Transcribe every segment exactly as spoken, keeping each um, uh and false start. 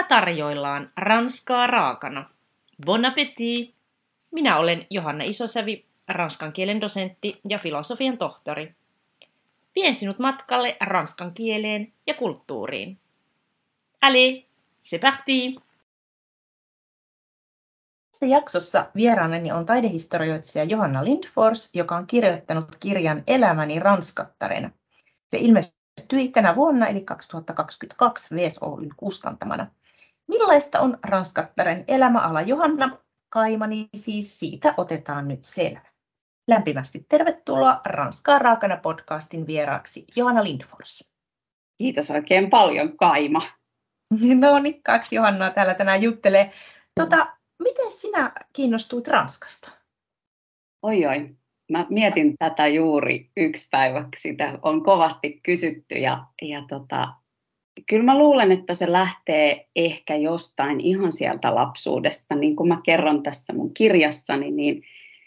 tarjoillaan ranskaa raakana. Bon appétit! Minä olen Johanna Isosävi, ranskan kielen dosentti ja filosofian tohtori. Vien sinut matkalle ranskan kieleen ja kulttuuriin. Allez, c'est parti! Tässä jaksossa vieraanani on taidehistorioitsija Johanna Lindfors, joka on kirjoittanut kirjan Elämäni ranskattarena. Se ilmestyi tänä vuonna eli kaksituhattakaksikymmentäkaksi V S O:n kustantamana. Millaista on ranskattaren elämäala, Johanna? Kaimani, siis siitä otetaan nyt selvä. Lämpimästi tervetuloa Ranskaa raakana podcastin vieraaksi Johanna Lindfors. Kiitos oikein paljon, Kaima. No niin, kaksi Johannaa täällä tänään juttelee. Tota, miten sinä kiinnostuit Ranskasta? Oi oi, mä mietin tätä juuri yksi päiväksi. Sitä on kovasti kysytty ja, ja tota, kyllä mä luulen, että se lähtee ehkä jostain ihan sieltä lapsuudesta. Niin kuin mä kerron tässä mun kirjassani, niin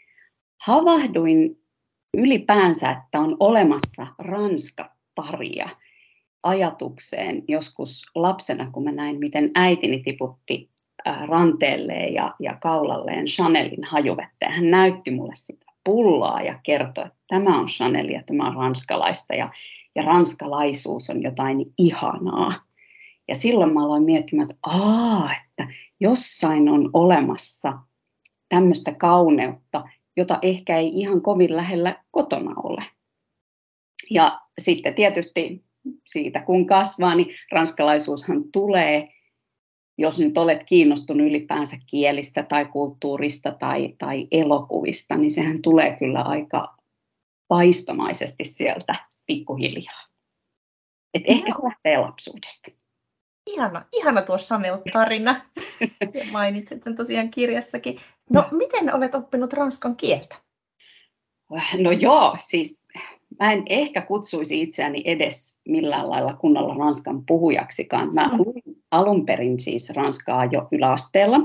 havahduin ylipäänsä, että on olemassa ranskattaria ajatukseen joskus lapsena, kun mä näin, miten äitini tiputti ranteelleen ja, ja kaulalleen Chanelin hajuvettä. Ja hän näytti mulle sitä pullaa ja kertoi, että tämä on Chanelia, tämä on ranskalaista ja, ja ranskalaisuus on jotain ihanaa. Ja silloin mä aloin miettimään, että, aa, että jossain on olemassa tämmöistä kauneutta, jota ehkä ei ihan kovin lähellä kotona ole. Ja sitten tietysti siitä kun kasvaa, niin ranskalaisuushan tulee, jos nyt olet kiinnostunut ylipäänsä kielistä tai kulttuurista tai, tai elokuvista, niin sehän tulee kyllä aika paistomaisesti sieltä pikkuhiljaa. Et ehkä se lähtee lapsuudesta. Ihana, ihana tuo Chanel-tarina. Mainitsit sen tosiaan kirjassakin. No, miten olet oppinut ranskan kieltä? No joo, siis mä en ehkä kutsuisi itseäni edes millään lailla kunnolla ranskan puhujaksikaan. Mä luin alun perin siis ranskaa jo yläasteella.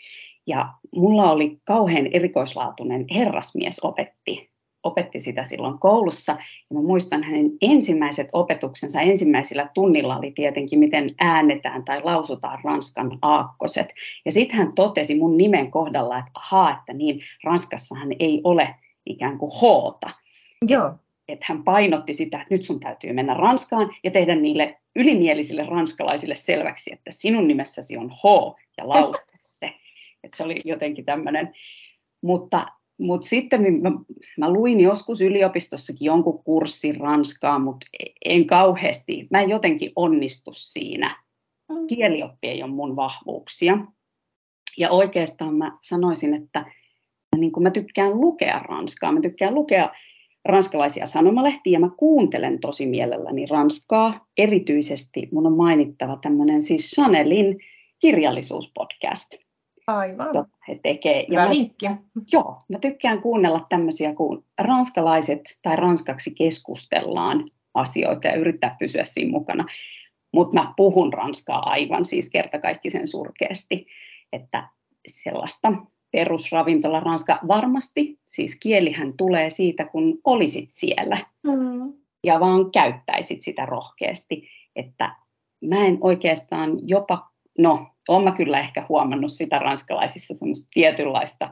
Ja mulla oli kauhean erikoislaatuinen herrasmies opetti, opetti sitä silloin koulussa. Ja mä muistan hänen ensimmäiset opetuksensa, ensimmäisillä tunnilla oli tietenkin, miten äänetään tai lausutaan ranskan aakkoset. Ja sitten hän totesi mun nimen kohdalla, että ahaa, että niin, Ranskassahan ei ole ikään kuin hoota. Joo. Että hän painotti sitä, että nyt sun täytyy mennä Ranskaan ja tehdä niille ylimielisille ranskalaisille selväksi, että sinun nimessäsi on H ja lausta se. Että se oli jotenkin tämmöinen. Mutta, mutta sitten mä, mä luin joskus yliopistossakin jonkun kurssin ranskaa, mutta en kauheasti. Mä en jotenkin onnistu siinä. Kielioppi ei ole mun vahvuuksia. Ja oikeastaan mä sanoisin, että niin kun mä tykkään lukea ranskaa, mä tykkään lukea ranskalaisia sanomalehtiä ja mä kuuntelen tosi mielelläni ranskaa. Erityisesti mun on mainittava tämmöinen siis Chanelin kirjallisuuspodcast. Aivan. Jota he tekee. Hyvä vinkki. Joo, mä tykkään kuunnella tämmöisiä, kun ranskalaiset tai ranskaksi keskustellaan asioita ja yrittää pysyä siinä mukana. Mutta mä puhun ranskaa aivan siis kertakaikkisen surkeasti, että sellaista perusravintola ranska varmasti, siis kielihän tulee siitä, kun olisit siellä mm. ja vaan käyttäisit sitä rohkeasti, että mä en oikeastaan jopa, no, olen mä kyllä ehkä huomannut sitä ranskalaisissa semmoista tietynlaista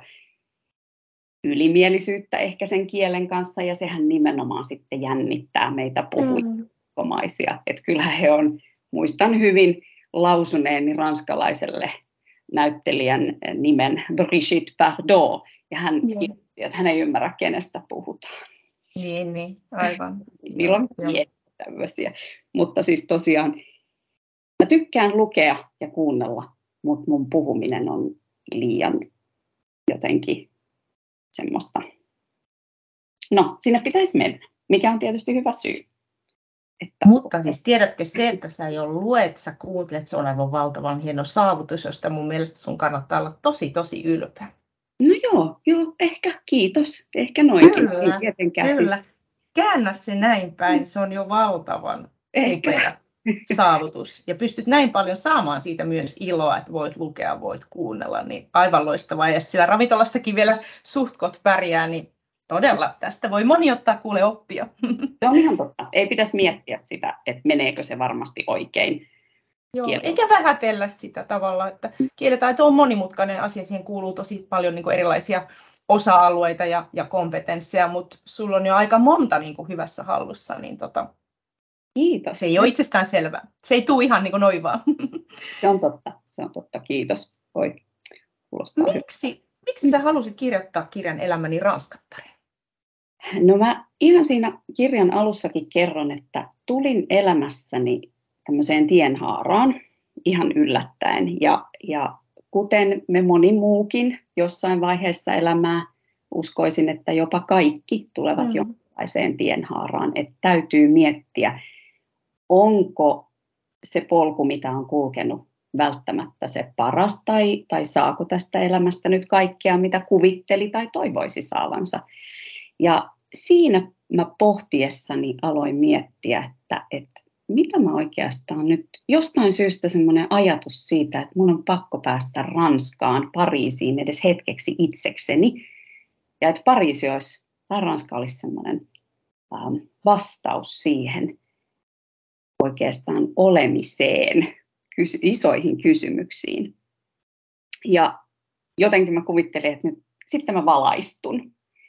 ylimielisyyttä ehkä sen kielen kanssa ja sehän nimenomaan sitten jännittää meitä puhujakomaisia, mm. että kyllähän he on, muistan hyvin lausuneeni ranskalaiselle näyttelijän nimen Brigitte Bardot, ja hän, että hän ei ymmärrä, kenestä puhutaan. Niin, niin aivan. Niillä on tämmöisiä. Mutta siis tosiaan, mä tykkään lukea ja kuunnella, mutta mun puhuminen on liian jotenkin semmoista. No, sinne pitäisi mennä, mikä on tietysti hyvä syy. Että mutta siis tiedätkö se, että sä jo luet, sä kuuntelet, se on aivan valtavan hieno saavutus, josta mun mielestä sun kannattaa olla tosi, tosi ylpeä. No joo, joo, ehkä kiitos, ehkä noinkin. Kyllä, kyllä. Käännä se näin päin, se on jo valtavan upea saavutus. Ja pystyt näin paljon saamaan siitä myös iloa, että voit lukea, voit kuunnella, niin aivan loistavaa. Ja sillä ravintolassakin vielä suhtkot pärjää, niin todella, tästä voi moni ottaa kuule oppia. Se on ihan totta. Ei pitäisi miettiä sitä, että meneekö se varmasti oikein, Joo, kielellä. eikä vähätellä sitä tavalla, että kielitaito on monimutkainen asia, siihen kuuluu tosi paljon niin kuin erilaisia osa-alueita ja, ja kompetensseja, mutta sulla on jo aika monta niin kuin hyvässä hallussa, niin tota, Kiitos. Se ei ole itsestään selvää. Se ei tule ihan niin kuin noin vaan. Se on totta, se on totta. Kiitos. Voi kuulostaa Miksi, miksi sä halusit kirjoittaa kirjan Elämäni ranskattareen? No mä ihan siinä kirjan alussakin kerron, että tulin elämässäni tämmöiseen tienhaaraan ihan yllättäen. Ja, ja kuten me moni muukin jossain vaiheessa elämää, uskoisin, että jopa kaikki tulevat mm. jonkinlaiseen tienhaaraan. Että täytyy miettiä, onko se polku, mitä on kulkenut, välttämättä se paras, tai, tai saako tästä elämästä nyt kaikkea, mitä kuvitteli tai toivoisi saavansa. Ja siinä mä pohtiessani aloin miettiä, että, että mitä mä oikeastaan nyt, jostain syystä semmoinen ajatus siitä, että mun on pakko päästä Ranskaan, Pariisiin edes hetkeksi itsekseni, ja että Pariisi olisi, tai Ranska olisi semmoinen ähm, vastaus siihen oikeastaan olemiseen, kys- isoihin kysymyksiin. Ja jotenkin mä kuvittelin, että nyt sitten mä valaistun.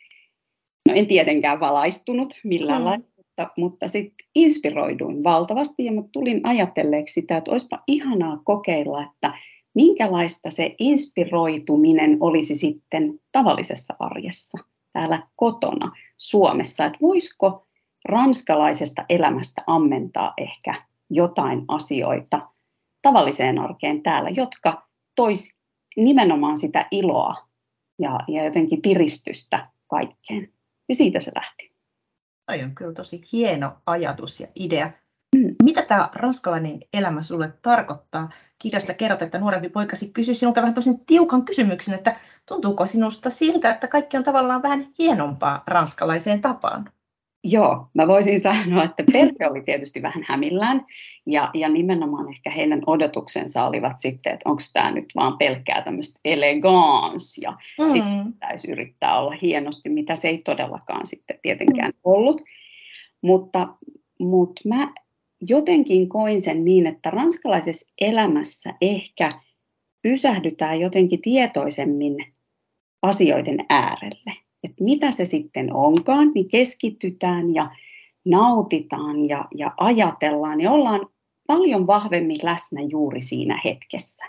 No en tietenkään valaistunut millään mm. lailla, mutta, mutta sitten inspiroiduin valtavasti ja mä tulin ajatelleeksi sitä, että olisipa ihanaa kokeilla, että minkälaista se inspiroituminen olisi sitten tavallisessa arjessa täällä kotona Suomessa. Että voisiko ranskalaisesta elämästä ammentaa ehkä jotain asioita tavalliseen arkeen täällä, jotka tois nimenomaan sitä iloa ja, ja jotenkin piristystä kaikkeen. Ja siitä se lähti. Toi on kyllä tosi hieno ajatus ja idea. Mm. Mitä tämä ranskalainen elämä sulle tarkoittaa? Kirjassa kerrot, että nuorempi poikasi kysyi sinulta vähän tosin tiukan kysymyksen, että tuntuuko sinusta siltä, että kaikki on tavallaan vähän hienompaa ranskalaiseen tapaan? Joo, mä voisin sanoa, että perhe oli tietysti vähän hämillään ja, ja nimenomaan ehkä heidän odotuksensa olivat sitten, että onko tämä nyt vaan pelkkää tämmöistä elegance ja mm. sitten pitäisi yrittää olla hienosti, mitä se ei todellakaan sitten tietenkään ollut. Mutta, mutta mä jotenkin koin sen niin, että ranskalaisessa elämässä ehkä pysähdytään jotenkin tietoisemmin asioiden äärelle. Että mitä se sitten onkaan, niin keskitytään ja nautitaan ja, ja ajatellaan ja ollaan paljon vahvemmin läsnä juuri siinä hetkessä.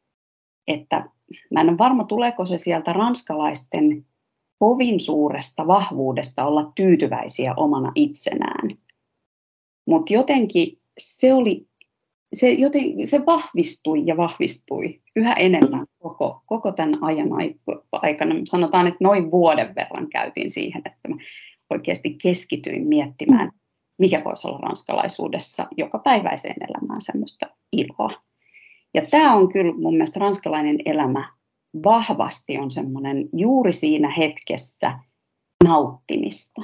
Että mä en ole varma, tuleeko se sieltä ranskalaisten kovin suuresta vahvuudesta olla tyytyväisiä omana itsenään. Mutta jotenkin se, oli, se, joten, se vahvistui ja vahvistui yhä enemmän koko, koko tämän ajan aikana. Sanotaan, että noin vuoden verran käytiin siihen, että mä oikeasti keskityin miettimään, mikä voisi olla ranskalaisuudessa jokapäiväiseen elämään semmoista iloa. Ja tämä on kyllä mun mielestä ranskalainen elämä vahvasti on semmoinen juuri siinä hetkessä nauttimista.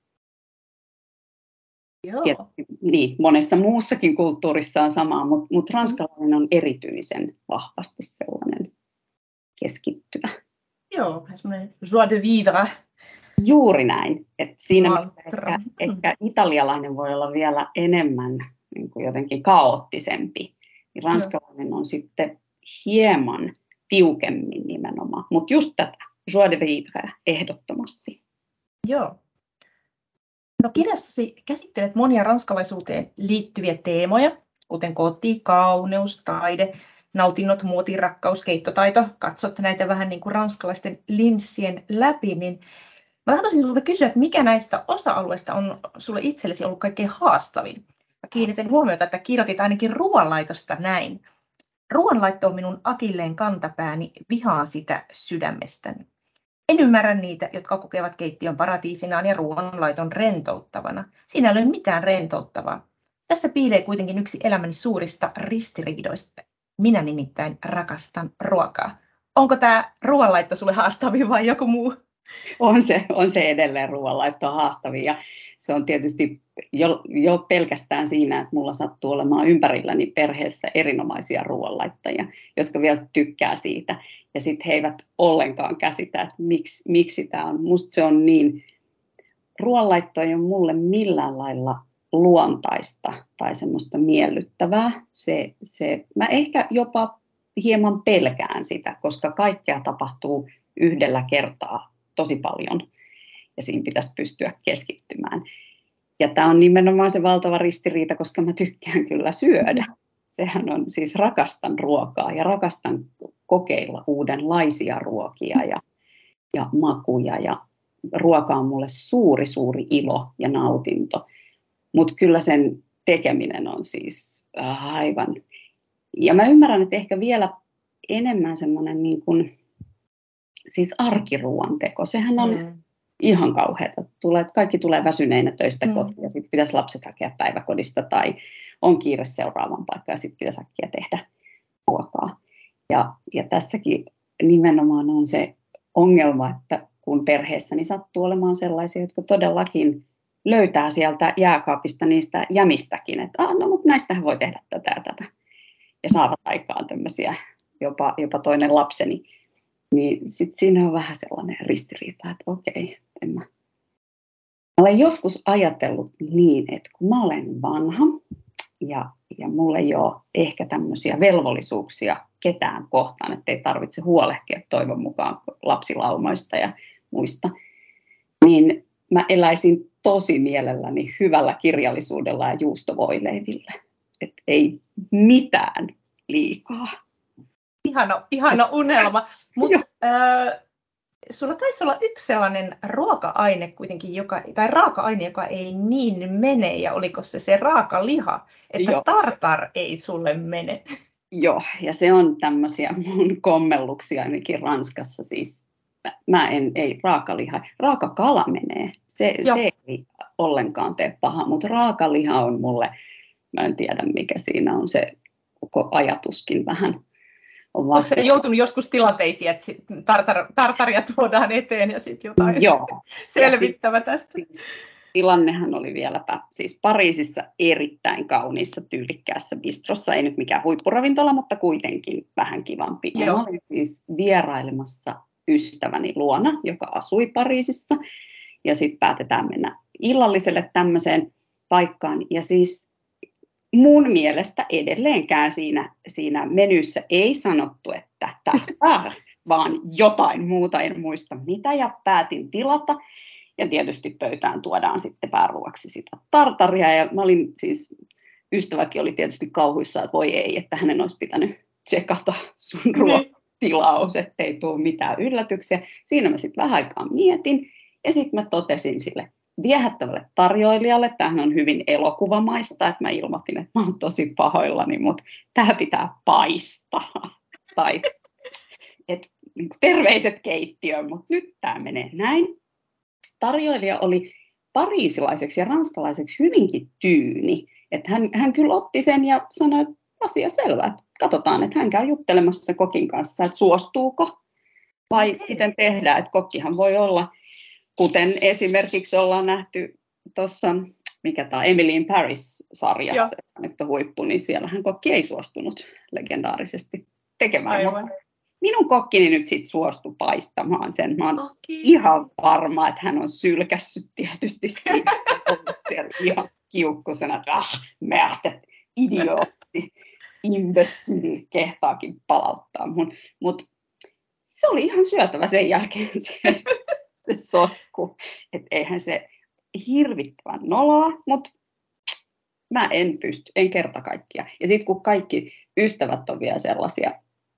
Joo. Tietysti, niin, monessa muussakin kulttuurissa on samaa, mutta, mutta ranskalainen on erityisen vahvasti sellainen keskittyvä. Joo, semmoinen joie de vivre. Juuri näin. Että siinä ehkä, ehkä italialainen voi olla vielä enemmän niin kuin jotenkin kaoottisempi. Niin ranskalainen on sitten hieman tiukemmin nimenomaan. Mutta just tätä, joie de vivre ehdottomasti. Joo. No kirjassasi käsittelet monia ranskalaisuuteen liittyviä teemoja, kuten koti, kauneus, taide, nautinnot, muoti, rakkaus, keittotaito. Katsot näitä vähän niin kuin ranskalaisten linssien läpi, niin mä tahtoisin sinulta kysyä, että mikä näistä osa-alueista on sulle itsellesi ollut kaikkein haastavin? Mä kiinnitän huomiota, että kirjoitit ainakin ruoanlaitosta näin. Ruoanlaitto on minun akilleen kantapääni, vihaan sitä sydämestäni. En ymmärrä niitä, jotka kokevat keittiön paratiisinaan ja ruoanlaiton rentouttavana. Siinä ei ole mitään rentouttavaa. Tässä piilee kuitenkin yksi elämäni suurista ristiriidoista. Minä nimittäin rakastan ruokaa. Onko tämä ruoanlaitto sulle haastavin vai joku muu? On se, on se edelleen ruoanlaitto haastavin ja se on tietysti jo, jo pelkästään siinä, että mulla sattuu olemaan ympärilläni perheessä erinomaisia ruoanlaittajia, jotka vielä tykkää siitä. Ja sitten he eivät ollenkaan käsitä, että miksi, miksi tämä on. Musta se on niin, ruoanlaitto ei ole mulle millään lailla luontaista tai semmoista miellyttävää. Se, se, mä ehkä jopa hieman pelkään sitä, koska kaikkea tapahtuu yhdellä kertaa tosi paljon ja siinä pitäisi pystyä keskittymään. Ja tämä on nimenomaan se valtava ristiriita, koska mä tykkään kyllä syödä. Sehän on siis rakastan ruokaa ja rakastan kokeilla uudenlaisia ruokia ja, ja makuja. Ja ruoka on mulle suuri, suuri ilo ja nautinto. Mutta kyllä sen tekeminen on siis aivan. Ja mä ymmärrän, että ehkä vielä enemmän semmoinen niin kuin, siis arkiruuan teko. Sehän on mm. ihan kauheata. Tulee, kaikki tulee väsyneinä töistä mm. kotiin ja sitten pitäisi lapset hakea päiväkodista tai on kiire seuraavan paikkaan ja sitten pitäisi äkkiä tehdä ruokaa. Ja, ja tässäkin nimenomaan on se ongelma, että kun perheessäni sattuu olemaan sellaisia, jotka todellakin löytää sieltä jääkaapista niistä jämistäkin, että ah, no, mutta näistähän voi tehdä tätä ja tätä. Ja saavat aikaan tämmöisiä, jopa, jopa toinen lapseni. Niin sitten siinä on vähän sellainen ristiriita, että okei, en mä. Mä olen joskus ajatellut niin, että kun mä olen vanha ja, ja mulla ei ole ehkä tämmöisiä velvollisuuksia ketään kohtaan, että ei tarvitse huolehtia toivon mukaan lapsilaumoista ja muista, niin mä eläisin tosi mielelläni hyvällä kirjallisuudella ja juustovoileivillä. Että ei mitään liikaa. Ihana, ihana unelma. Mutta äh, sulla taisi olla yksi sellainen ruoka-aine kuitenkin, joka, tai raaka-aine, joka ei niin mene, ja oliko se se raakaliha, että Joo. tartar ei sulle mene? Joo, ja se on tämmöisiä mun kommelluksia ainakin Ranskassa siis. Mä en, ei raakaliha, raakakala menee, se, se ei ollenkaan tee paha, mutta raakaliha on mulle, mä en tiedä mikä siinä on se koko ajatuskin vähän. Onko se joutunut joskus tilanteisiin, että tartar, tartaria tuodaan eteen ja sitten jotain Joo. selvittävä sit, tästä? Tilannehan oli vieläpä siis Pariisissa erittäin kauniissa tyylikkäässä bistrossa, ei nyt mikään huippuravintola, mutta kuitenkin vähän kivampi. Ja mä olin siis vierailemassa ystäväni luona, joka asui Pariisissa, ja sitten päätetään mennä illalliselle tämmöiseen paikkaan, ja siis mun mielestä edelleenkään siinä, siinä menyssä ei sanottu, että tämä, vaan jotain muuta, en muista mitä, ja päätin tilata. Ja tietysti pöytään tuodaan sitten pääruoaksi sitä tartaria, ja mä olin siis, ystäväkin oli tietysti kauhuissaan, että voi ei, että hänen olisi pitänyt tsekata sun ruokatilaus, ettei tule mitään yllätyksiä. Siinä mä sitten vähän aikaa mietin, ja sitten mä totesin sille viehättävälle tarjoilijalle, tämähän on hyvin elokuvamaista, että mä ilmoitin, että mä oon tosi pahoillani, mutta tämä pitää paistaa. Tai että niin terveiset keittiöön, mutta nyt tämä menee näin. Tarjoilija oli pariisilaiseksi ja ranskalaiseksi hyvinkin tyyni. Että hän, hän kyllä otti sen ja sanoi, että asia selvä. Että katsotaan, että hän käy juttelemassa kokin kanssa, että suostuuko vai okay. miten tehdään. Että kokkihan voi olla, kuten esimerkiksi ollaan nähty tuossa, mikä tämä Emily in Paris-sarjassa, että nyt on huippu, niin siellähän kokki ei suostunut legendaarisesti tekemään. Aivan. Minun kokkini nyt sitten suostui paistamaan sen. Mä oon okay. ihan varma, että hän on sylkässyt tietysti siitä. ihan kiukkusena, että ah, määtät, idiootti, imbessili, kehtaakin palauttaa mun. Mutta se oli ihan syötävä sen jälkeen se, se sotku. Että eihän se hirvittävän noloa, mutta mä en pysty, en kerta kaikkia. Ja sitten kun kaikki ystävät on vielä sellaisia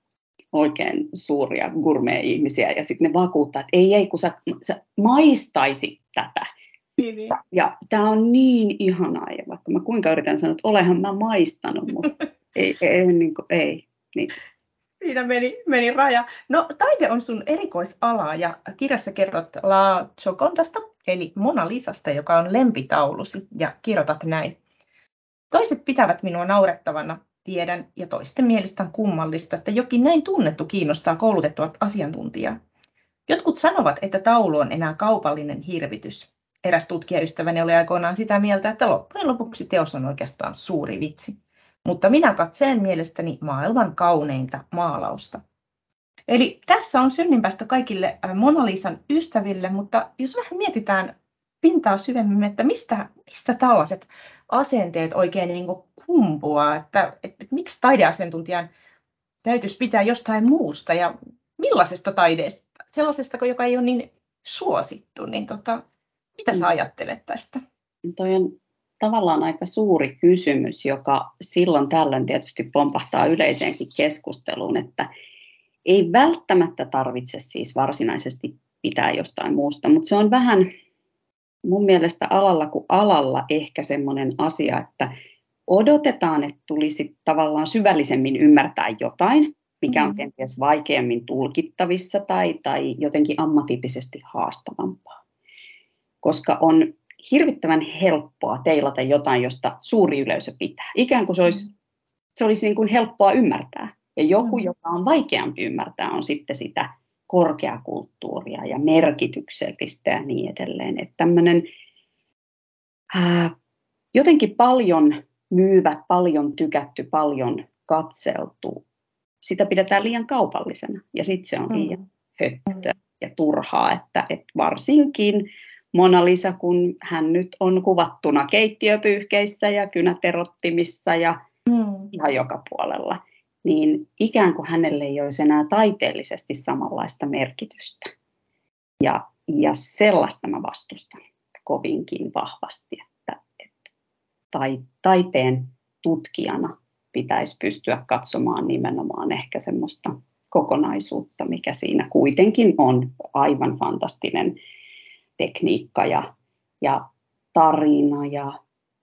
oikein suuria gourmet-ihmisiä, ja sitten ne vakuuttaa, että ei, ei, kun sä, sä maistaisit tätä. Niin, niin. Ja, ja tämä on niin ihanaa, ja vaikka mä kuinka yritän sanoa, että olehan mä maistanut, mutta ei, ei, niin kuin, ei. Niin. Siinä meni, meni raja. No, taide on sun erikoisala, ja kirjassa kerrot La Giocondasta, eli Mona Lisasta, joka on lempitaulusi, ja kirjoitat näin. Toiset pitävät minua naurettavana. Tiedän, ja toisten mielestä on kummallista, että jokin näin tunnettu kiinnostaa koulutettua asiantuntijaa. Jotkut sanovat, että taulu on enää kaupallinen hirvitys. Eräs tutkijaystäväni oli aikoinaan sitä mieltä, että loppujen lopuksi teos on oikeastaan suuri vitsi. Mutta minä katselen mielestäni maailman kauneinta maalausta. Eli tässä on synninpäästö kaikille Mona Lisan ystäville, mutta jos vähän mietitään pintaa syvemmin, että mistä, mistä tällaiset asenteet oikein niin kuin kumpuaa, että, että, että miksi taideasiantuntijan täytyisi pitää jostain muusta ja millaisesta taiteesta, sellaisesta, joka ei ole niin suosittu, niin tota, mitä sä ajattelet tästä? Toi on tavallaan aika suuri kysymys, joka silloin tällöin tietysti pompahtaa yleiseenkin keskusteluun, että ei välttämättä tarvitse siis varsinaisesti pitää jostain muusta, mutta se on vähän mun mielestä alalla kuin alalla ehkä semmoinen asia, että odotetaan, että tulisi tavallaan syvällisemmin ymmärtää jotain, mikä on kenties vaikeammin tulkittavissa tai, tai jotenkin ammatillisesti haastavampaa. Koska on hirvittävän helppoa teilata jotain, josta suuri yleisö pitää. Ikään kuin se olisi, se olisi niin kuin helppoa ymmärtää. Ja joku, joka on vaikeampi ymmärtää, on sitten sitä korkeakulttuuria ja merkityksellistä ja niin edelleen. Että tämmöinen ää, jotenkin paljon myyvä, paljon tykätty, paljon katseltu, sitä pidetään liian kaupallisena. Ja sitten se on liian höttöä ja turhaa, että, että varsinkin Mona Lisa, kun hän nyt on kuvattuna keittiöpyyhkeissä ja kynäterottimissa ja mm. ihan joka puolella, niin ikään kuin hänelle ei olisi enää taiteellisesti samanlaista merkitystä. Ja, ja sellaista mä vastustan kovinkin vahvasti, että, että tai, taiteen tutkijana pitäisi pystyä katsomaan nimenomaan ehkä semmoista kokonaisuutta, mikä siinä kuitenkin on aivan fantastinen tekniikka ja, ja tarina ja,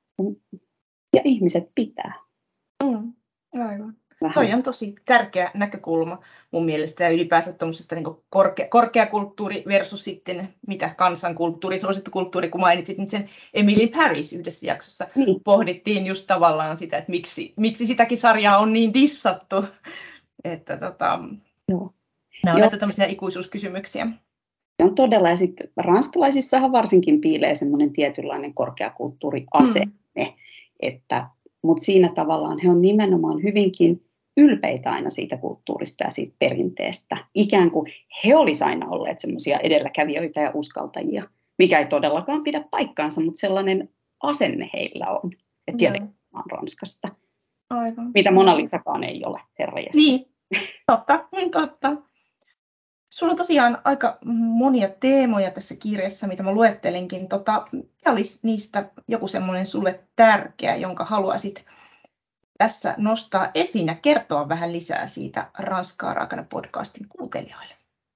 ja ihmiset pitää. Mm, aivan. Toi on tosi tärkeä näkökulma mun mielestä ja ylipäänsä tuommoisesta niin korkea, korkeakulttuuri versus sitten mitä kansankulttuuri, suosittu kulttuuri, kun mainitsit nyt sen Emily Paris yhdessä jaksossa, niin. Pohdittiin just tavallaan sitä, että miksi, miksi sitäkin sarjaa on niin dissattu, että tota, Joo. nämä on Joo. näitä tämmöisiä ikuisuuskysymyksiä. On todella, ja sitten ranskalaisissahan varsinkin piilee semmoinen tietynlainen korkeakulttuuriasenne, mm. että, mutta siinä tavallaan he on nimenomaan hyvinkin ylpeitä aina siitä kulttuurista ja siitä perinteestä. Ikään kuin he olisivat aina olleet semmoisia edelläkävijöitä ja uskaltajia, mikä ei todellakaan pidä paikkaansa, mutta sellainen asenne heillä on, että jotenkin on Ranskasta. Aivan. Mitä Mona Lisakaan ei ole, herranjestas. Niin, totta, niin totta. Sulla on tosiaan aika monia teemoja tässä kirjassa, mitä mä luettelinkin. Tota, mikä olisi niistä joku semmoinen sulle tärkeä, jonka haluaisit tässä nostaa esiin ja kertoa vähän lisää siitä Ranskaa raakana podcastin kuuntelijoille?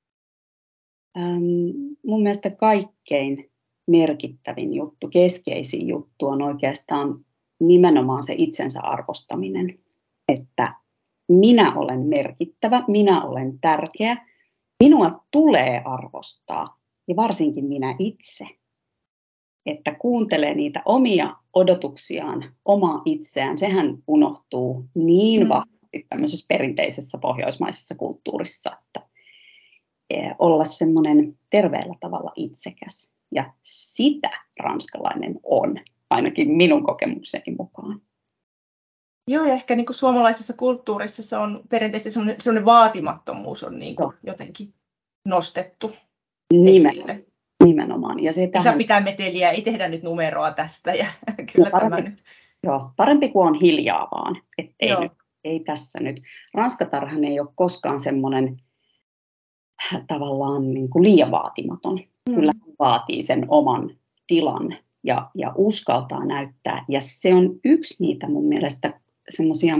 Ähm, mun mielestä kaikkein merkittävin juttu, keskeisin juttu on oikeastaan nimenomaan se itsensä arvostaminen. Että minä olen merkittävä, minä olen tärkeä. Minua tulee arvostaa, ja varsinkin minä itse, että kuuntelee niitä omia odotuksiaan, omaa itseään. Sehän unohtuu niin vahvasti tämmöisessä perinteisessä pohjoismaisessa kulttuurissa, että olla semmoinen terveellä tavalla itsekäs. Ja sitä ranskalainen on, ainakin minun kokemukseni mukaan. Joo, ja ehkä niin kuin suomalaisessa kulttuurissa se on perinteisesti sellainen, sellainen vaatimattomuus on niin kuin jotenkin nostettu Nimenomaan. esille. Nimenomaan. Ja se tähän... pitää meteliä, ei tehdä nyt numeroa tästä. Ja kyllä parempi, tämä nyt... joo, parempi kuin on hiljaa vaan, että ei, ei tässä nyt. Ranskatarhan ei ole koskaan semmoinen tavallaan niin kuin liian vaatimaton. Mm. Kyllä vaatii sen oman tilan ja, ja uskaltaa näyttää. Ja se on yksi niitä mun mielestä semmoisia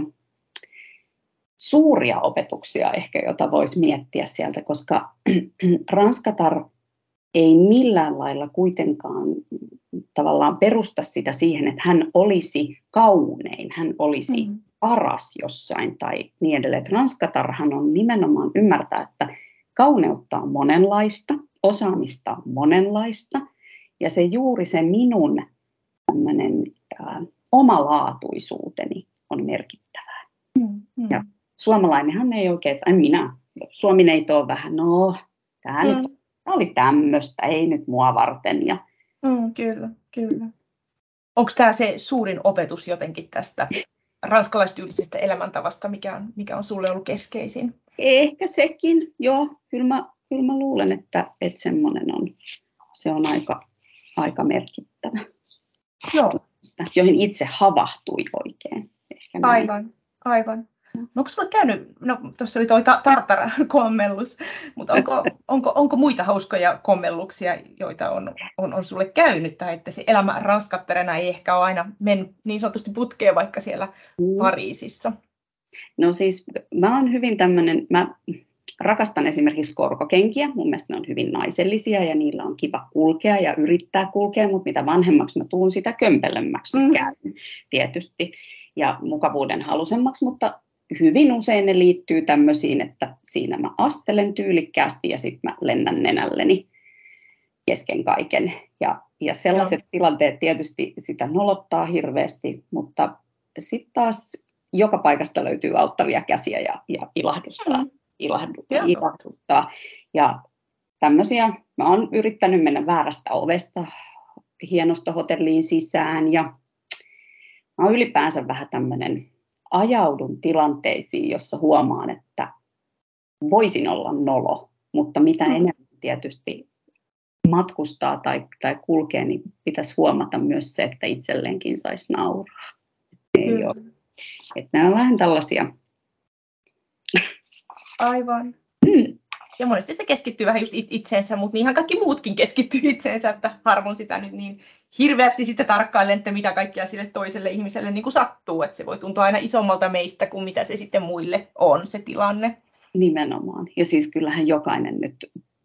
suuria opetuksia ehkä, jota voisi miettiä sieltä, koska Ranskatar ei millään lailla kuitenkaan tavallaan perusta sitä siihen, että hän olisi kaunein, hän olisi mm. paras jossain tai niin edelleen. Ranskatarhan on nimenomaan ymmärtää, että kauneutta on monenlaista, osaamista on monenlaista ja se juuri se minun tämmöinen äh, omalaatuisuuteni on merkittävää. Mm, mm. Ja suomalainenhan ei oikein, että minä, suomineito on vähän, no, tämä mm. nyt oli tämmöistä, ei nyt mua varten. Ja... Mm, kyllä, kyllä. Onko tämä se suurin opetus jotenkin tästä ranskalaistyyllisestä elämäntavasta, mikä on, mikä on sulle ollut keskeisin? Ehkä sekin, joo. Kyllä mä, kyllä mä luulen, että, että semmoinen on, se on aika, aika merkittävä. Joo. joihin itse havahtui oikein. Ehkä aivan, aivan. No, onko sinulla käynyt, no tuossa oli tuo Tartar-kommellus, mutta onko, onko, onko muita hauskoja kommelluksia, joita on, on, on sinulle käynyt, tai että se elämä ranskattarena ei ehkä ole aina mennyt niin sanotusti putkeen vaikka siellä mm. Pariisissa? No siis mä oon hyvin tämmöinen, mä rakastan esimerkiksi korkokenkiä, mun mielestä ne on hyvin naisellisia ja niillä on kiva kulkea ja yrittää kulkea, mutta mitä vanhemmaksi mä tuun, sitä kömpelemmäksi mä käyn mm. tietysti ja mukavuuden halusemmaksi, mutta hyvin usein ne liittyy tämmöisiin, että siinä mä astelen tyylikkäästi ja sitten mä lennän nenälleni kesken kaiken. Ja, ja sellaiset no. tilanteet tietysti sitä nolottaa hirveästi, mutta sitten taas joka paikasta löytyy auttavia käsiä ja, ja ilahduttaa. Mm. ilahduttaa, ilahduttaa. Ja tämmöisiä, mä oon yrittänyt mennä väärästä ovesta hienosta hotelliin sisään ja mä oon ylipäänsä vähän tämmöinen, ajaudun tilanteisiin, jossa huomaan, että voisin olla nolo, mutta mitä mm. enemmän tietysti matkustaa tai, tai kulkee, niin pitäisi huomata myös se, että itselleenkin saisi nauraa. Ei mm. ole. Että nämä on vähän tällaisia. Aivan. Mm. Ja monesti se keskittyy vähän just itseensä, mutta niinhän kaikki muutkin keskittyy itseensä, että harvoin sitä nyt niin hirveästi sitten tarkkailen, että mitä kaikkea sille toiselle ihmiselle niin kuin sattuu. Että se voi tuntua aina isommalta meistä kuin mitä se sitten muille on se tilanne. Nimenomaan. Ja siis kyllähän jokainen nyt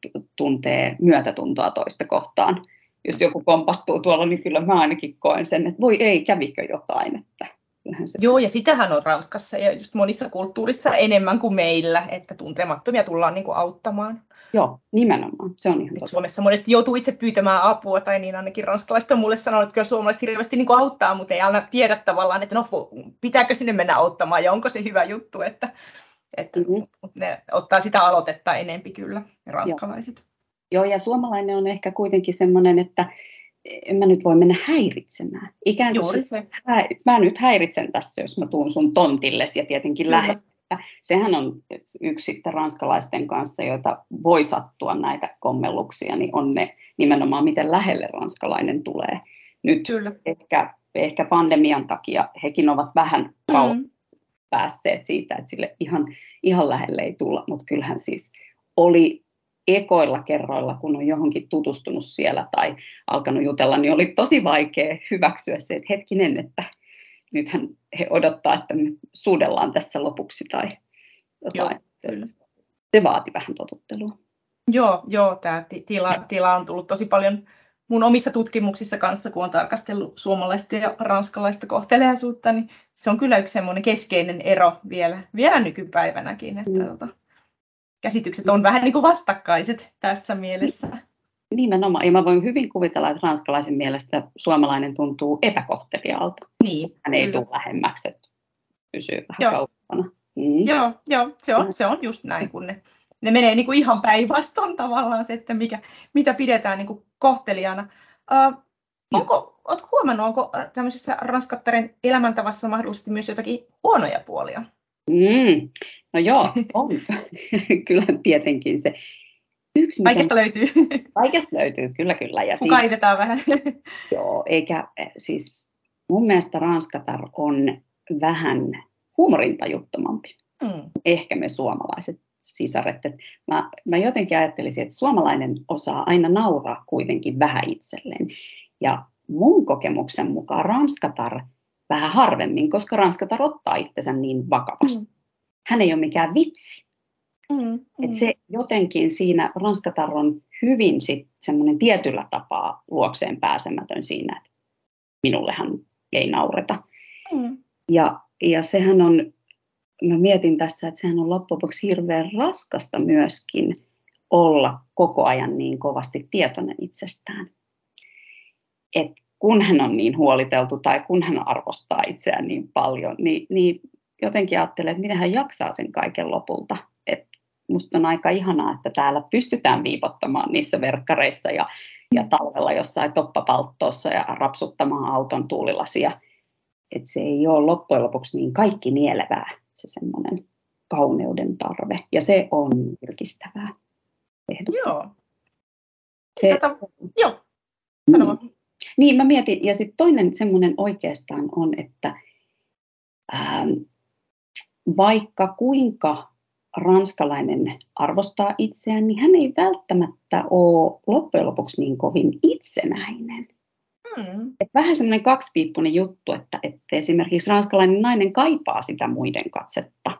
tuntee myötätuntoa toista kohtaan. Jos joku kompastuu tuolla, niin kyllä mä ainakin koen sen, että voi ei, kävikö jotain. Että se... Joo, ja sitähän on Ranskassa ja just monissa kulttuurissa enemmän kuin meillä, että tuntemattomia tullaan niin kuin auttamaan. Joo, nimenomaan. Se on ihan totta. Suomessa monesti joutuu itse pyytämään apua, tai niin ainakin ranskalaiset on mulle sanonut, että kyllä suomalaiset hirveästi niin kuin auttaa, mutta ei aina tiedä tavallaan, että no, pitääkö sinne mennä auttamaan ja onko se hyvä juttu, että, että mm-hmm. ne ottaa sitä aloitetta enempi kyllä, ne ranskalaiset. Joo. Joo, ja suomalainen on ehkä kuitenkin semmoinen, että en mä nyt voi mennä häiritsemään. Ikään kuin se, mä nyt häiritsen tässä, jos mä tuun sun tontillesi ja tietenkin lähden. Sehän on yksi sitten ranskalaisten kanssa, joita voi sattua näitä kommelluksia, niin on ne nimenomaan, miten lähelle ranskalainen tulee. Nyt ehkä, ehkä pandemian takia hekin ovat vähän kauas mm. päässeet siitä, että sille ihan, ihan lähelle ei tulla, mutta kyllähän siis oli ekoilla kerroilla, kun on johonkin tutustunut siellä tai alkanut jutella, niin oli tosi vaikea hyväksyä se, että hetkinen, että nythän he odottaa, että me suudellaan tässä lopuksi tai jotain. Joo, se vaati vähän totuttelua. Joo, joo tämä tila, tila on tullut tosi paljon mun omissa tutkimuksissa kanssa, kun on tarkastellut suomalaista ja ranskalaista kohteliaisuutta, niin se on kyllä yksi semmoinen keskeinen ero vielä, vielä nykypäivänäkin, että mm. tota, käsitykset on vähän niin kuin vastakkaiset tässä mielessä. Nimenomaan, ja mä voin hyvin kuvitella, että ranskalaisen mielestä suomalainen tuntuu epäkohteliaalta. Niin. Hän ei tule lähemmäksi, että pysyy vähän kauppana. Mm. Joo, joo se, on, se on just näin, kun ne, ne menee niin kuin ihan päinvastoin tavallaan se, että mikä, mitä pidetään niin kuin kohteliaana. Uh, onko, oletko huomannut, onko tämmöisessä ranskattaren elämäntavassa mahdollisesti myös jotakin huonoja puolia? Mm. No joo, on. Kyllä tietenkin se. Yksi, Kaikesta mikä... löytyy. Kaikesta löytyy, kyllä kyllä. Ja siis, kaivetaan vähän. Joo, eikä siis mun mielestä ranskatar on vähän huumorintajuttomampi. Mm. Ehkä me suomalaiset sisaret. Mä, mä jotenkin ajattelisin, että suomalainen osaa aina nauraa kuitenkin vähän itselleen. Ja mun kokemuksen mukaan ranskatar vähän harvemmin, koska ranskatar ottaa itsensä niin vakavasti. Mm. Hän ei ole mikään vitsi. Mm, mm. Et se jotenkin siinä ranskatar on hyvin sit semmoinen tietyllä tapaa luokseen pääsemätön siinä, että minullehan ei naureta. Mm. Ja, ja sehän on, mä mietin tässä, että sehän on loppujen lopuksi hirveän raskasta myöskin olla koko ajan niin kovasti tietoinen itsestään. Et kun hän on niin huoliteltu tai kun hän arvostaa itseään niin paljon, niin, niin jotenkin ajattelen, että miten hän jaksaa sen kaiken lopulta. Et musta on aika ihanaa, että täällä pystytään viipottamaan niissä verkkareissa ja, ja talvella jossain toppapalttoossa ja rapsuttamaan auton tuulilasia. Että se ei ole loppujen lopuksi niin kaikki nielevää, se semmoinen kauneuden tarve. Ja se on virkistävää. Joo. Se, Tätä, joo. Sano. Mm, Niin, mä mietin. Ja sitten toinen semmoinen oikeastaan on, että ähm, vaikka kuinka ranskalainen arvostaa itseään, niin hän ei välttämättä ole loppujen lopuksi niin kovin itsenäinen. Hmm. Et vähän semmoinen kaksipiippunen juttu, että, että esimerkiksi ranskalainen nainen kaipaa sitä muiden katsetta.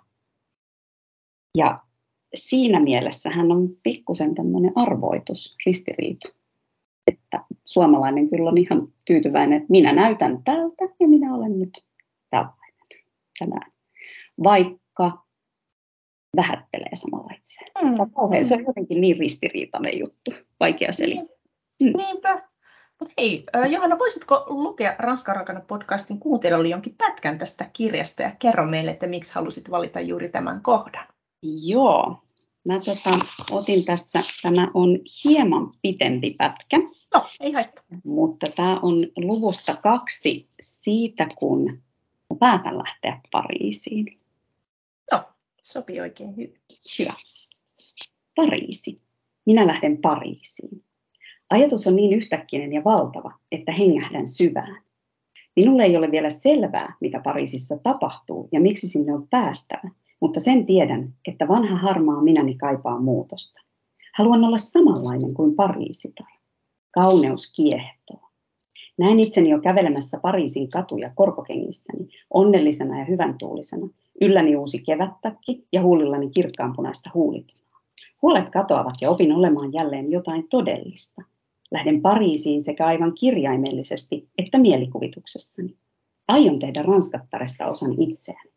Ja siinä mielessä hän on pikkusen tämmöinen arvoitus, ristiriita. Että suomalainen kyllä on ihan tyytyväinen, että minä näytän tältä ja minä olen nyt tällainen tänään. Vaikka vähättelee samalla itseään. Mm. Se on jotenkin niin ristiriitainen juttu, vaikea selittää. Mm. Niinpä. Mutta hei, Johanna, voisitko lukea Ranskan rakana podcastin kuuntelijoille jonkin pätkän tästä kirjasta ja kerro meille, että miksi halusit valita juuri tämän kohdan? Joo, mä tota, otin tässä, tämä on hieman pitempi pätkä. No, ei haittaa. Mutta tämä on luvusta kaksi siitä, kun päätän lähteä Pariisiin. Joo, sopii oikein hyvin. Hyvä. Pariisi. Minä lähden Pariisiin. Ajatus on niin yhtäkkinen ja valtava, että hengähdän syvään. Minulle ei ole vielä selvää, mitä Pariisissa tapahtuu ja miksi sinne on päästävä, mutta sen tiedän, että vanha harmaa minäni kaipaa muutosta. Haluan olla samanlainen kuin Pariisitar. Kauneus kiehtoo. Näen itseni jo kävelemässä Pariisin katuja korkokengissäni, onnellisena ja hyväntuulisena, ylläni uusi kevättakki ja huulillani kirkkaanpunaista huulipinoa. Huolet katoavat ja opin olemaan jälleen jotain todellista. Lähden Pariisiin sekä aivan kirjaimellisesti että mielikuvituksessani. Aion tehdä ranskattaresta osan itseäni.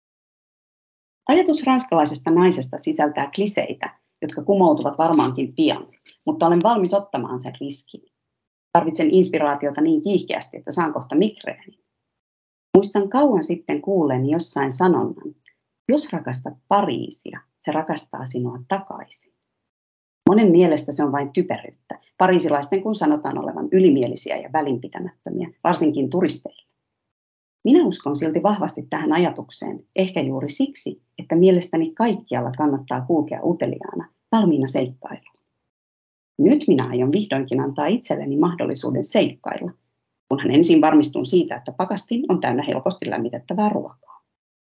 Ajatus ranskalaisesta naisesta sisältää kliseitä, jotka kumoutuvat varmaankin pian, mutta olen valmis ottamaan sen riskin. Tarvitsen inspiraatiota niin kiihkeästi, että saan kohta migreeni. Muistan kauan sitten kuulleeni jossain sanonnan, jos rakastat Pariisia, se rakastaa sinua takaisin. Monen mielestä se on vain typeryyttä, pariisilaisten kun sanotaan olevan ylimielisiä ja välinpitämättömiä, varsinkin turisteille. Minä uskon silti vahvasti tähän ajatukseen, ehkä juuri siksi, että mielestäni kaikkialla kannattaa kulkea uteliaana, valmiina seikkailuun. Nyt minä aion vihdoinkin antaa itselleni mahdollisuuden seikkailla, kunhan ensin varmistun siitä, että pakastin on täynnä helposti lämmitettävää ruokaa.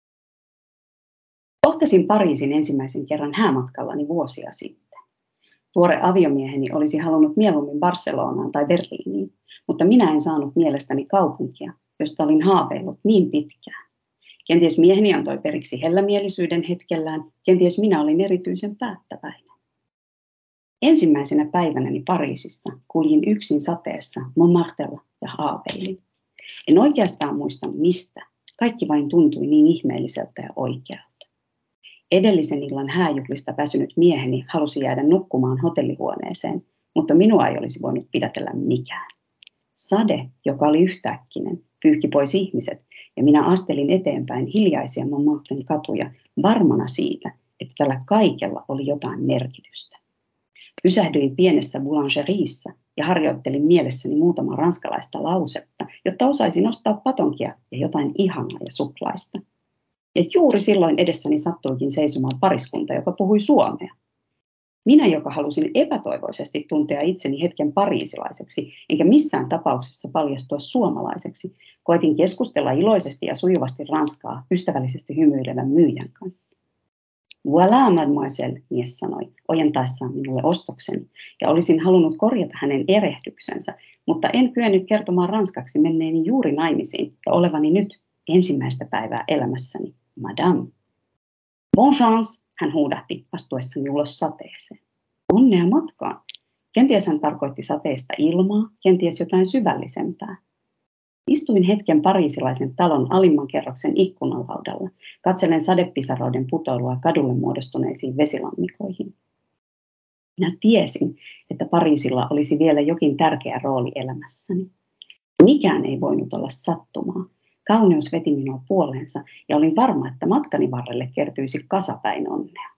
Kohtasin Pariisin ensimmäisen kerran häämatkallani vuosia sitten. Tuore aviomieheni olisi halunnut mieluummin Barcelonaan tai Berliiniin, mutta minä en saanut mielestäni kaupunkia, josta olin haaveillut niin pitkään. Kenties mieheni antoi periksi hellämielisyyden hetkellään, kenties minä olin erityisen päättäväinen. Ensimmäisenä päivänäni Pariisissa kuljin yksin sateessa Montmartrella ja haaveilin. En oikeastaan muista mistä, kaikki vain tuntui niin ihmeelliseltä ja oikealta. Edellisen illan hääjuhlista väsynyt mieheni halusi jäädä nukkumaan hotellihuoneeseen, mutta minua ei olisi voinut pidätellä mikään. Sade, joka oli yhtäkkinen, pyyhki pois ihmiset, ja minä astelin eteenpäin hiljaisia Montmartren katuja varmana siitä, että tällä kaikella oli jotain merkitystä. Pysähdyin pienessä boulangeriissa ja harjoittelin mielessäni muutama ranskalaista lausetta, jotta osaisin ostaa patonkia ja jotain ihanaa ja suklaista. Ja juuri silloin edessäni sattuikin seisomaan pariskunta, joka puhui suomea. Minä, joka halusin epätoivoisesti tuntea itseni hetken pariisilaiseksi, enkä missään tapauksessa paljastua suomalaiseksi, koetin keskustella iloisesti ja sujuvasti ranskaa ystävällisesti hymyilevän myyjän kanssa. Voilà, mademoiselle, mies sanoi, ojentaessaan minulle ostokseni, ja olisin halunnut korjata hänen erehdyksensä, mutta en kyennyt kertomaan ranskaksi menneeni juuri naimisiin ja olevani nyt ensimmäistä päivää elämässäni, madame. Bon chance, hän huudahti astuessani ulos sateeseen. Onnea matkaan. Kenties hän tarkoitti sateesta ilmaa, kenties jotain syvällisempää. Istuin hetken pariisilaisen talon alimman kerroksen ikkunalaudalla, katselen sadepisaroiden putoilua kadulle muodostuneisiin vesilammikoihin. Minä tiesin, että Pariisilla olisi vielä jokin tärkeä rooli elämässäni. Mikään ei voinut olla sattumaa. Kauneus veti minua puoleensa ja olin varma, että matkani varrelle kertyisi kasapäin onnea.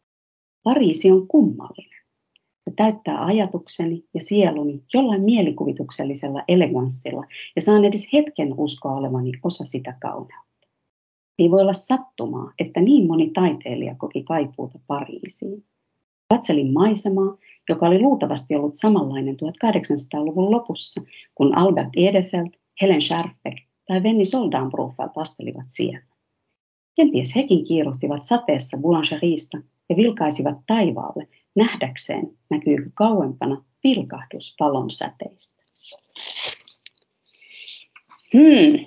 Pariisi on kummallinen. Se täyttää ajatukseni ja sieluni jollain mielikuvituksellisella eleganssilla ja saan edes hetken uskoa olevani osa sitä kauneutta. Ei voi olla sattumaa, että niin moni taiteilija koki kaipuuta Pariisiin. Katselin maisemaa joka oli luultavasti ollut samanlainen tuhatkahdeksansataaluvun lopussa, kun Albert Edelfelt, Helen Scherfbeck tai Venni Soldanbrofeldt astelivat siellä. Kenties hekin kiiruhtivat sateessa Boulangerista ja vilkaisivat taivaalle nähdäkseen, näkyykö kauempana vilkahdus valon säteistä. Hmm.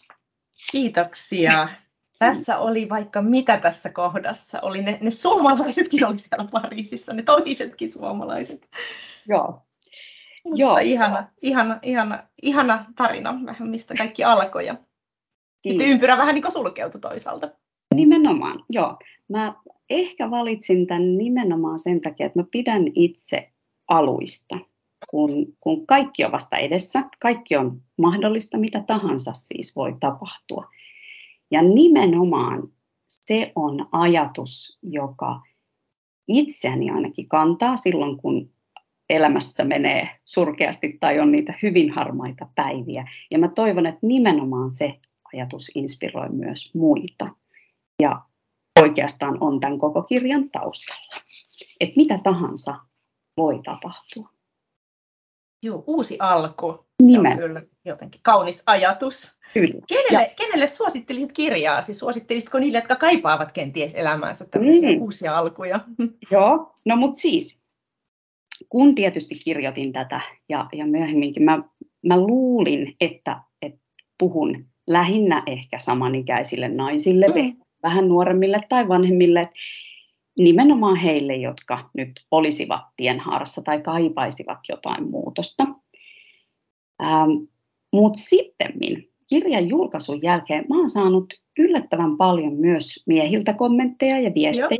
Kiitoksia. Tässä oli vaikka mitä tässä kohdassa. Oli ne, ne suomalaisetkin oli siellä Pariisissa, ne toisetkin suomalaiset. Joo. Mutta Joo. Ihana, ihana, ihana, ihana tarina, vähän mistä kaikki alkoi. Ja sitten ympyrä vähän niin kuin sulkeutui toisaalta. Nimenomaan, joo. Mä ehkä valitsin tämän nimenomaan sen takia, että mä pidän itse aluista. Kun, kun kaikki on vasta edessä, kaikki on mahdollista, mitä tahansa siis voi tapahtua. Ja nimenomaan se on ajatus, joka itseäni ainakin kantaa silloin, kun elämässä menee surkeasti tai on niitä hyvin harmaita päiviä. Ja mä toivon, että nimenomaan se ajatus inspiroi myös muita. Ja oikeastaan on tämän koko kirjan taustalla. Että mitä tahansa voi tapahtua. Joo, uusi alku. Nimen. Se on kyllä jotenkin kaunis ajatus. Kyllä. Kenelle, kenelle suosittelisit kirjaa? Siis suosittelisitko niille, jotka kaipaavat kenties elämäänsä tämmöisiä mm. uusia alkuja? Joo, no mut siis, kun tietysti kirjoitin tätä ja, ja myöhemminkin mä, mä luulin, että, että puhun lähinnä ehkä samanikäisille naisille, mm. vähän nuoremmille tai vanhemmille, nimenomaan heille, jotka nyt olisivat tienhaarassa tai kaipaisivat jotain muutosta. Ähm, Mutta sittemmin kirjan julkaisun jälkeen mä oon saanut yllättävän paljon myös miehiltä kommentteja ja viestejä.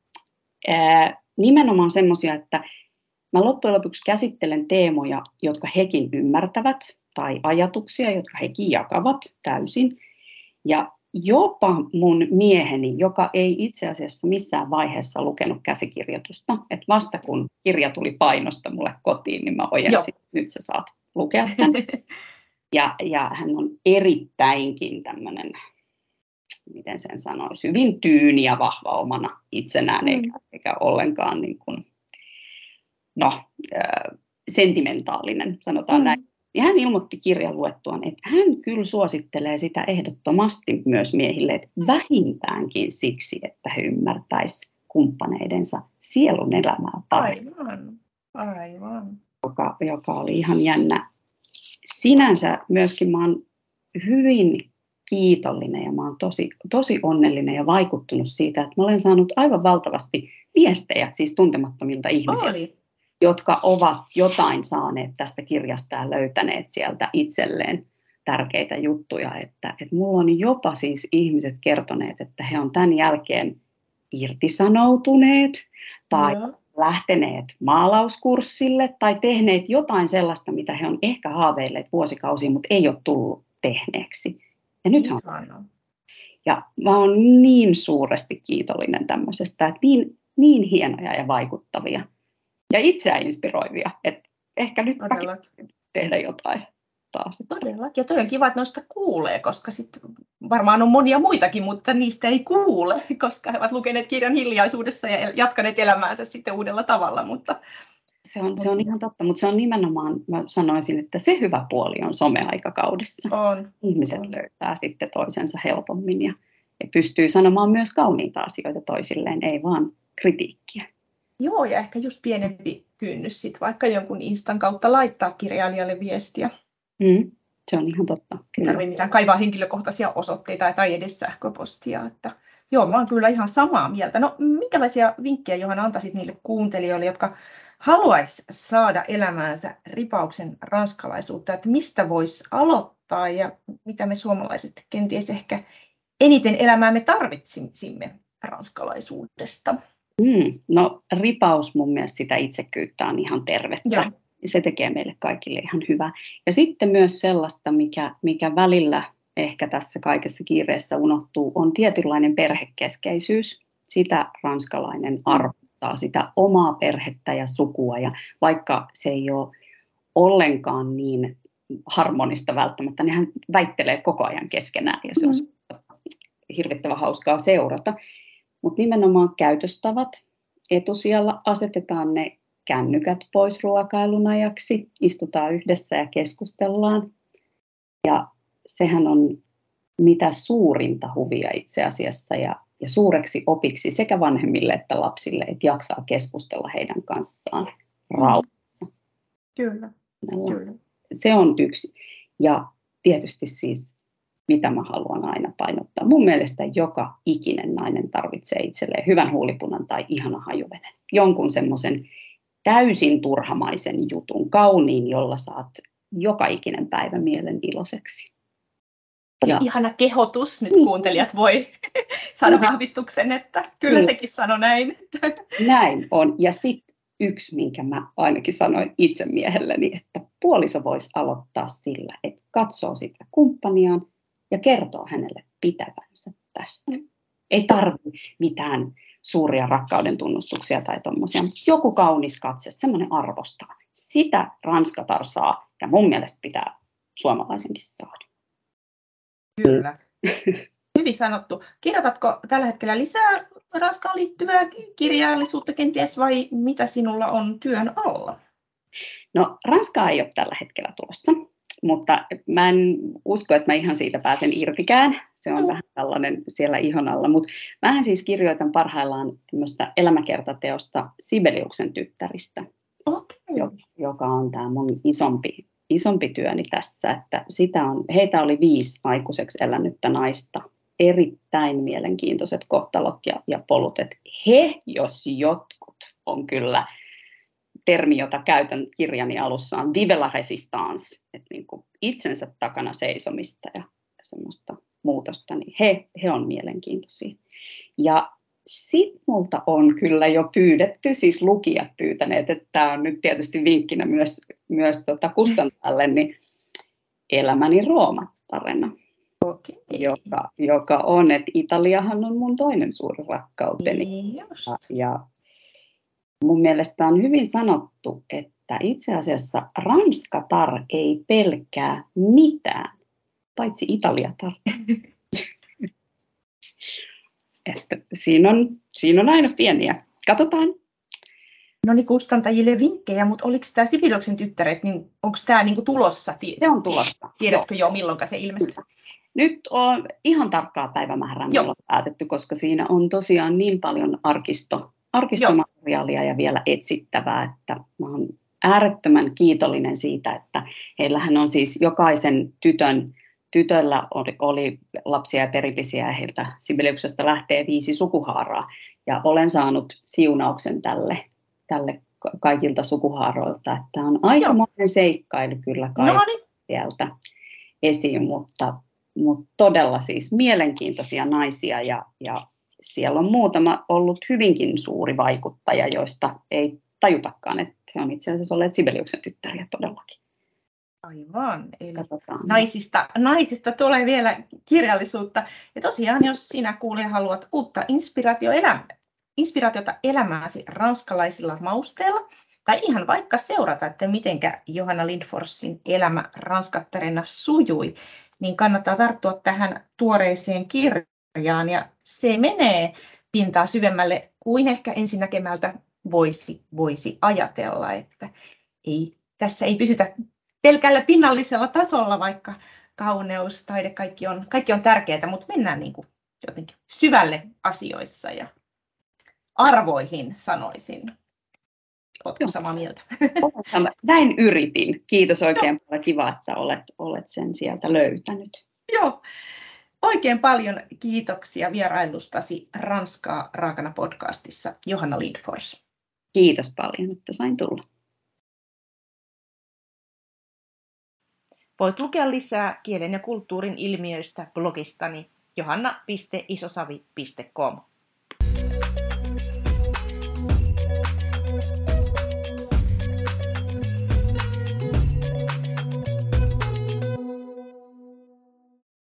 Äh, nimenomaan semmoisia, että mä loppujen lopuksi käsittelen teemoja, jotka hekin ymmärtävät, tai ajatuksia, jotka hekin jakavat täysin. Ja jopa mun mieheni, joka ei itse asiassa missään vaiheessa lukenut käsikirjoitusta, että vasta kun kirja tuli painosta mulle kotiin, niin mä ojensin, että nyt sä saat lukea tämän. Ja, ja hän on erittäinkin tämmöinen, miten sen sanoisi, hyvin tyyni ja vahva omana itsenään, mm. eikä, eikä ollenkaan niin kuin, no, äh, sentimentaalinen, sanotaan mm. näin. Ja hän ilmoitti kirjan luettuaan, että hän kyllä suosittelee sitä ehdottomasti myös miehille, että vähintäänkin siksi, että he ymmärtäisivät kumppaneidensa sielun elämää paremmin. Aivan, aivan. Joka, joka oli ihan jännä. Sinänsä myöskin mä oon hyvin kiitollinen ja mä oon tosi, tosi onnellinen ja vaikuttunut siitä, että mä olen saanut aivan valtavasti viestejä, siis tuntemattomilta ihmisiltä. Oli. Jotka ovat jotain saaneet tästä kirjasta ja löytäneet sieltä itselleen tärkeitä juttuja. Että, että mulla on jopa siis ihmiset kertoneet, että he on tämän jälkeen irtisanoutuneet tai no. lähteneet maalauskurssille tai tehneet jotain sellaista, mitä he on ehkä haaveilleet vuosikausia, mutta ei ole tullut tehneeksi. Ja nyt on. Ja mä oon niin suuresti kiitollinen tämmöisestä, että niin, niin hienoja ja vaikuttavia. Ja itseä inspiroivia, että ehkä nyt tehdä jotain taas. Todellakin. Ja toi on kiva, että noista kuulee, koska sitten varmaan on monia muitakin, mutta niistä ei kuule, koska he ovat lukeneet kirjan hiljaisuudessa ja jatkaneet elämäänsä sitten uudella tavalla. Mutta se on, se on ihan totta, mutta se on nimenomaan, mä sanoisin, että se hyvä puoli on someaikakaudessa. On. Ihmiset on. Löytää sitten toisensa helpommin ja, ja pystyy sanomaan myös kauniita asioita toisilleen, ei vaan kritiikkiä. Joo, ja ehkä just pienempi kynnys sit, vaikka jonkun Instan kautta laittaa kirjailijalle viestiä. Mm, se on ihan totta. Ei tarvitse mitään kaivaa henkilökohtaisia osoitteita tai edes sähköpostia. Että, joo, mä oon kyllä ihan samaa mieltä. No, minkälaisia vinkkejä, Johanna, antaisit niille kuuntelijoille, jotka haluaisi saada elämäänsä ripauksen ranskalaisuutta, että mistä voisi aloittaa ja mitä me suomalaiset kenties ehkä eniten elämäämme tarvitsimme ranskalaisuudesta? Mm, no ripaus mun mielestä sitä itsekyyttä on ihan tervettä. Joo. Se tekee meille kaikille ihan hyvää. Ja sitten myös sellaista, mikä, mikä välillä ehkä tässä kaikessa kiireessä unohtuu, on tietynlainen perhekeskeisyys. Sitä ranskalainen arvostaa, sitä omaa perhettä ja sukua. Ja vaikka se ei ole ollenkaan niin harmonista välttämättä, niin hän väittelee koko ajan keskenään. Ja se on mm. hirvittävän hauskaa seurata. Mutta nimenomaan käytöstavat etusijalla, asetetaan ne kännykät pois ruokailun ajaksi, istutaan yhdessä ja keskustellaan. Ja sehän on mitä suurinta huvia itse asiassa ja, ja suureksi opiksi sekä vanhemmille että lapsille, että jaksaa keskustella heidän kanssaan rauhassa. Kyllä, kyllä. Se on yksi. Ja tietysti siis, mitä mä haluan aina painottaa. Mun mielestä joka ikinen nainen tarvitsee itselleen hyvän huulipunan tai ihana hajuveden. Jonkun semmoisen täysin turhamaisen jutun, kauniin, jolla saat joka ikinen päivä mielen iloiseksi. Ja ihana kehotus, nyt kuuntelijat voi saada vahvistuksen, että kyllä niin. Sekin sanoi näin. Näin on. Ja sitten yksi, minkä mä ainakin sanoin itse miehelleni, että puoliso voisi aloittaa sillä, että katsoo sitä kumppaniaan ja kertoo hänelle pitävänsä tästä. Ei tarvitse mitään suuria rakkauden tunnustuksia tai tommosia, mutta joku kaunis katse, semmoinen arvostaa. Sitä ranskatar saa ja mun mielestä pitää suomalaisenkin saada. Kyllä. Hyvin sanottu. Kirjoitatko tällä hetkellä lisää Ranskaan liittyvää kirjallisuutta kenties vai mitä sinulla on työn alla? No Ranskaa ei ole tällä hetkellä tulossa, mutta mä en usko, että mä ihan siitä pääsen irtikään. Se on no. vähän tällainen siellä ihon alla, mutta mähän siis kirjoitan parhaillaan tämmöistä elämäkertateosta Sibeliuksen tyttäristä, okay. joka on tämä mun isompi isompi työni tässä, että sitä on, heitä oli viisi aikuiseksi elänyttä naista, erittäin mielenkiintoiset kohtalot ja, ja polut, että he, jos jotkut, on kyllä termi, jota käytän kirjani alussa, on vive la résistance, että niin kuin itsensä takana seisomista ja semmoista muutosta, niin he, he on mielenkiintoisia. Ja sitten multa on kyllä jo pyydetty, siis lukijat pyytäneet, että tämä on nyt tietysti vinkkinä myös, myös tota kustantajalle, niin Elämäni Roomattarena, okay. joka, joka on, että Italiahan on mun toinen suuri rakkauteni. Ja, ja mun mielestä on hyvin sanottu, että itse asiassa ranskatar ei pelkää mitään, paitsi italiatar. Että siinä on, siinä on aina pieniä. Katsotaan. No niin, kustantajille vinkkejä, mutta oliko tämä Sibeliuksen tyttäret, niin onko tämä niinku tulossa? Se on tulossa. Tiedätkö jo, milloin se ilmestyy? Nyt on ihan tarkkaa päivämäärää on päätetty, koska siinä on tosiaan niin paljon arkisto, arkistomateriaalia ja vielä etsittävää, että mä olen äärettömän kiitollinen siitä, että heillähän on siis jokaisen tytön Tytöllä oli, oli lapsia ja perillisiä ja heiltä Sibeliuksesta lähtee viisi sukuhaaraa. Ja olen saanut siunauksen tälle, tälle kaikilta sukuhaaroilta. Että on aikamoinen seikkailu kyllä kaikki sieltä esiin, mutta, mutta todella siis mielenkiintoisia naisia. Ja, ja siellä on muutama ollut hyvinkin suuri vaikuttaja, joista ei tajutakaan, että he on itse asiassa olleet Sibeliuksen tyttäriä todellakin. Aivan, eli naisista, naisista tulee vielä kirjallisuutta. Ja tosiaan, jos sinä kuulija haluat uutta inspiraatio elämä, inspiraatiota elämääsi ranskalaisilla mausteilla, tai ihan vaikka seurata, että mitenkä Johanna Lindforsin elämä ranskattarena sujui, niin kannattaa tarttua tähän tuoreiseen kirjaan. Ja se menee pintaa syvemmälle kuin ehkä ensinnäkemältä voisi, voisi ajatella, että ei, tässä ei pysytä pelkällä pinnallisella tasolla, vaikka kauneus, taide, kaikki on, kaikki on tärkeää, mutta mennään niin kuin jotenkin syvälle asioissa ja arvoihin, sanoisin. Oletko samaa mieltä? Näin yritin. Kiitos oikein no. paljon. Kiva, että olet, olet sen sieltä löytänyt. Joo. Oikein paljon kiitoksia vierailustasi Ranskaa raakana podcastissa, Johanna Lindfors. Kiitos paljon, että sain tulla. Voit lukea lisää kielen ja kulttuurin ilmiöistä blogistani johanna piste isosavi piste com.